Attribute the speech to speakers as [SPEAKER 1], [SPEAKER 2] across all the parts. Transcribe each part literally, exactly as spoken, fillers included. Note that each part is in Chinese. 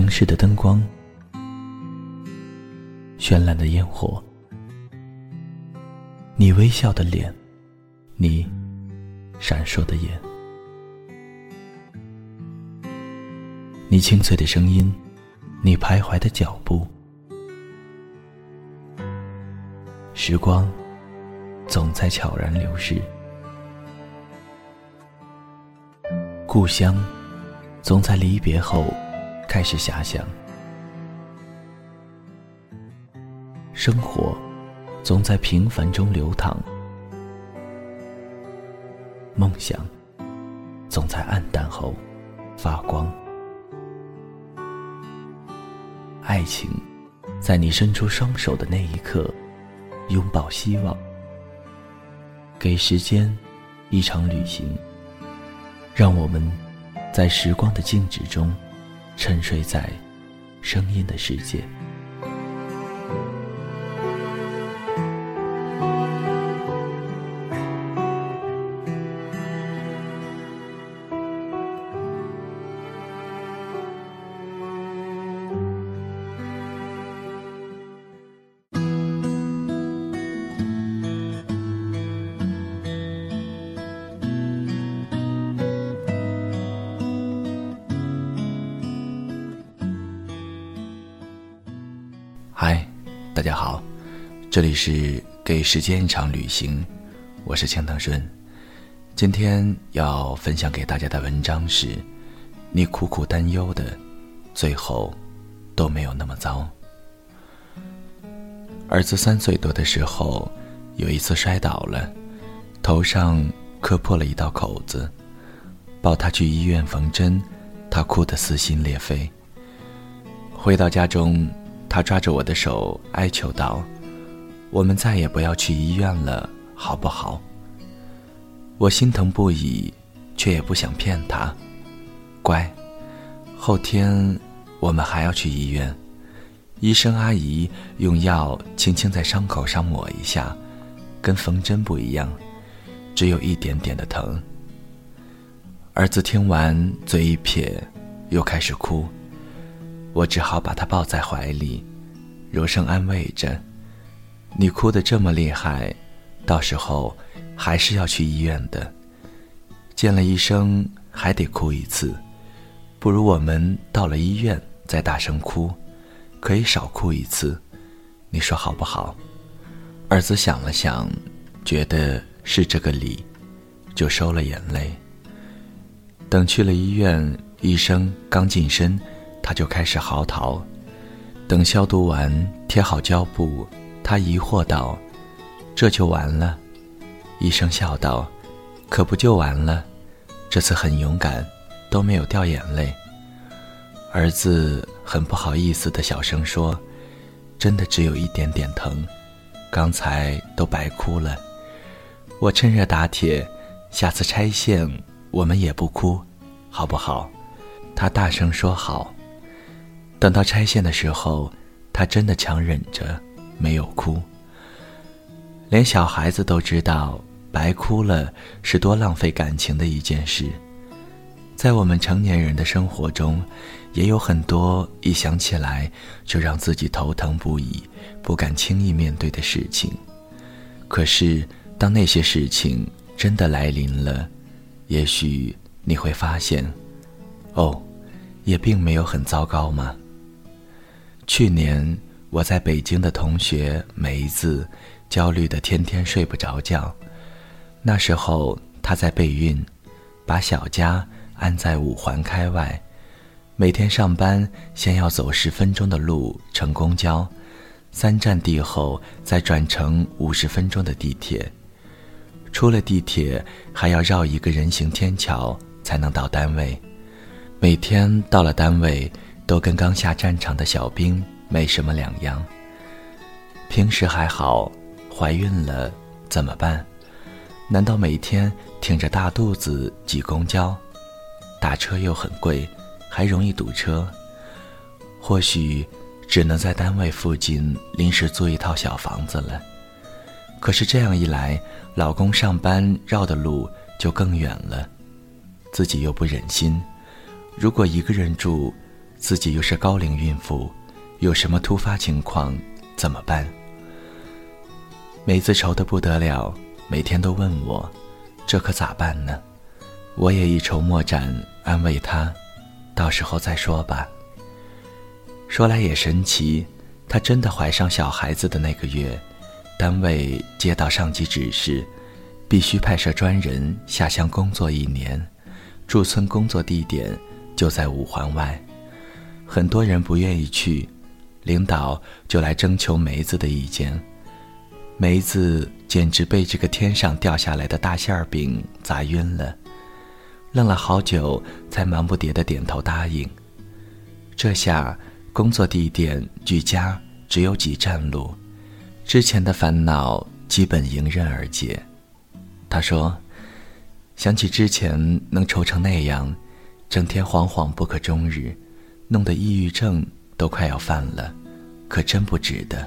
[SPEAKER 1] 城市的灯光，绚烂的烟火，你微笑的脸，你闪烁的眼，你清脆的声音，你徘徊的脚步。时光总在悄然流逝，故乡总在离别后开始遐想，生活总在平凡中流淌，梦想总在暗淡后发光，爱情在你伸出双手的那一刻拥抱希望。给时间一场旅行，让我们在时光的静止中沉睡在声音的世界。嗨，大家好，这里是给时间一场旅行，我是钱腾顺。今天要分享给大家的文章是：你苦苦担忧的，最后都没有那么糟。儿子三岁多的时候，有一次摔倒了，头上磕破了一道口子，抱他去医院缝针，他哭得撕心裂肺。回到家中，他抓着我的手哀求道：我们再也不要去医院了，好不好？我心疼不已，却也不想骗他。乖，后天我们还要去医院，医生阿姨用药轻轻在伤口上抹一下，跟缝针不一样，只有一点点的疼。儿子听完嘴一撇，又开始哭，我只好把他抱在怀里，柔声安慰着：你哭得这么厉害，到时候还是要去医院的，见了医生还得哭一次，不如我们到了医院再大声哭，可以少哭一次，你说好不好？儿子想了想，觉得是这个理，就收了眼泪。等去了医院，医生刚近身，他就开始嚎啕。等消毒完，贴好胶布，他疑惑道：这就完了？医生笑道：可不就完了，这次很勇敢，都没有掉眼泪。儿子很不好意思地小声说：真的只有一点点疼，刚才都白哭了。我趁热打铁，下次拆线我们也不哭，好不好？他大声说好。等到拆线的时候，他真的强忍着没有哭。连小孩子都知道白哭了是多浪费感情的一件事。在我们成年人的生活中，也有很多一想起来就让自己头疼不已，不敢轻易面对的事情。可是当那些事情真的来临了，也许你会发现，哦，也并没有很糟糕嘛。去年我在北京的同学梅子焦虑得天天睡不着觉，那时候她在备孕，把小家安在五环开外，每天上班先要走十分钟的路乘公交，三站地后再转乘五十分钟的地铁，出了地铁还要绕一个人行天桥才能到单位。每天到了单位都跟刚下战场的小兵没什么两样。平时还好，怀孕了怎么办？难道每天挺着大肚子挤公交？打车又很贵，还容易堵车。或许只能在单位附近临时租一套小房子了。可是这样一来，老公上班绕的路就更远了，自己又不忍心。如果一个人住， 自己又是高龄孕妇，有什么突发情况怎么办？梅子愁得不得了，每天都问我，这可咋办呢？我也一筹莫展，安慰她，到时候再说吧。说来也神奇，她真的怀上小孩子的那个月，单位接到上级指示，必须派设专人下乡工作一年，驻村工作地点就在五环外。很多人不愿意去，领导就来征求梅子的意见。梅子简直被这个天上掉下来的大馅饼砸晕了，愣了好久才忙不迭地点头答应。这下工作地点距家只有几站路，之前的烦恼基本迎刃而解。他说，想起之前能愁成那样，整天惶惶不可终日，弄得抑郁症都快要犯了，可真不值得。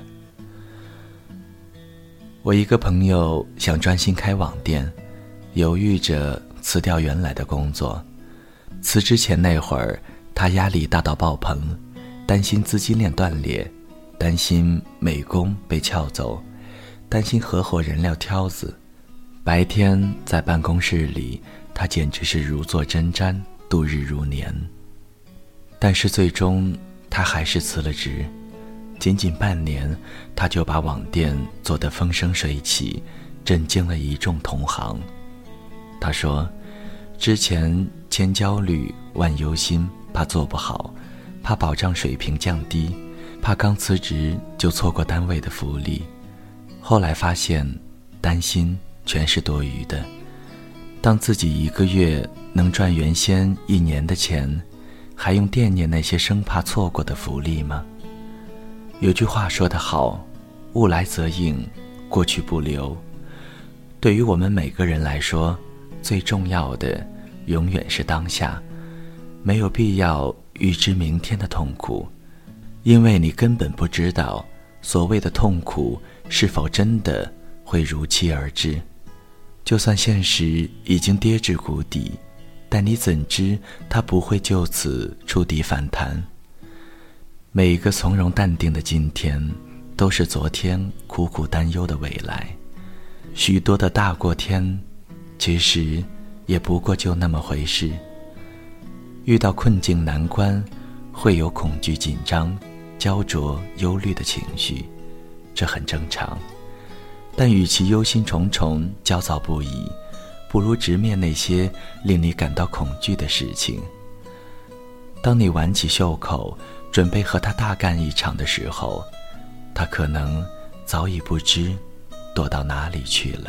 [SPEAKER 1] 我一个朋友想专心开网店，犹豫着辞掉原来的工作。辞之前那会儿，他压力大到爆棚，担心资金链断裂，担心美工被撬走，担心合伙人撂挑子。白天在办公室里，他简直是如坐针毡，度日如年。但是最终他还是辞了职，仅仅半年，他就把网店做得风生水起，震惊了一众同行。他说，之前千焦虑万忧心，怕做不好，怕保障水平降低，怕刚辞职就错过单位的福利。后来发现，担心全是多余的。当自己一个月能赚原先一年的钱，还用惦念那些生怕错过的福利吗？有句话说得好，物来则应，过去不留。对于我们每个人来说，最重要的永远是当下，没有必要预知明天的痛苦，因为你根本不知道所谓的痛苦是否真的会如期而至。就算现实已经跌至谷底，但你怎知它不会就此触底反弹？每一个从容淡定的今天，都是昨天苦苦担忧的未来。许多的大过天，其实也不过就那么回事。遇到困境难关，会有恐惧紧张、焦灼忧虑的情绪，这很正常。但与其忧心忡忡、焦躁不已，不如直面那些令你感到恐惧的事情。当你挽起袖口，准备和他大干一场的时候，他可能早已不知躲到哪里去了。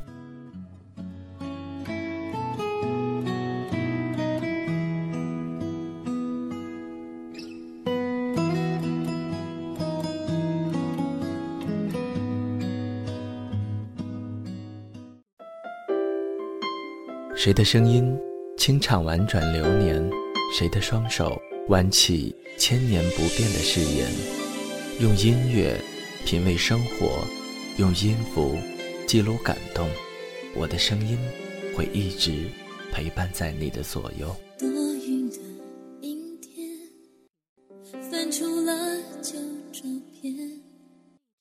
[SPEAKER 1] 谁的声音清唱婉转流年，谁的双手挽起千年不变的誓言。用音乐品味生活，用音符记录感动。我的声音会一直陪伴在你的左右。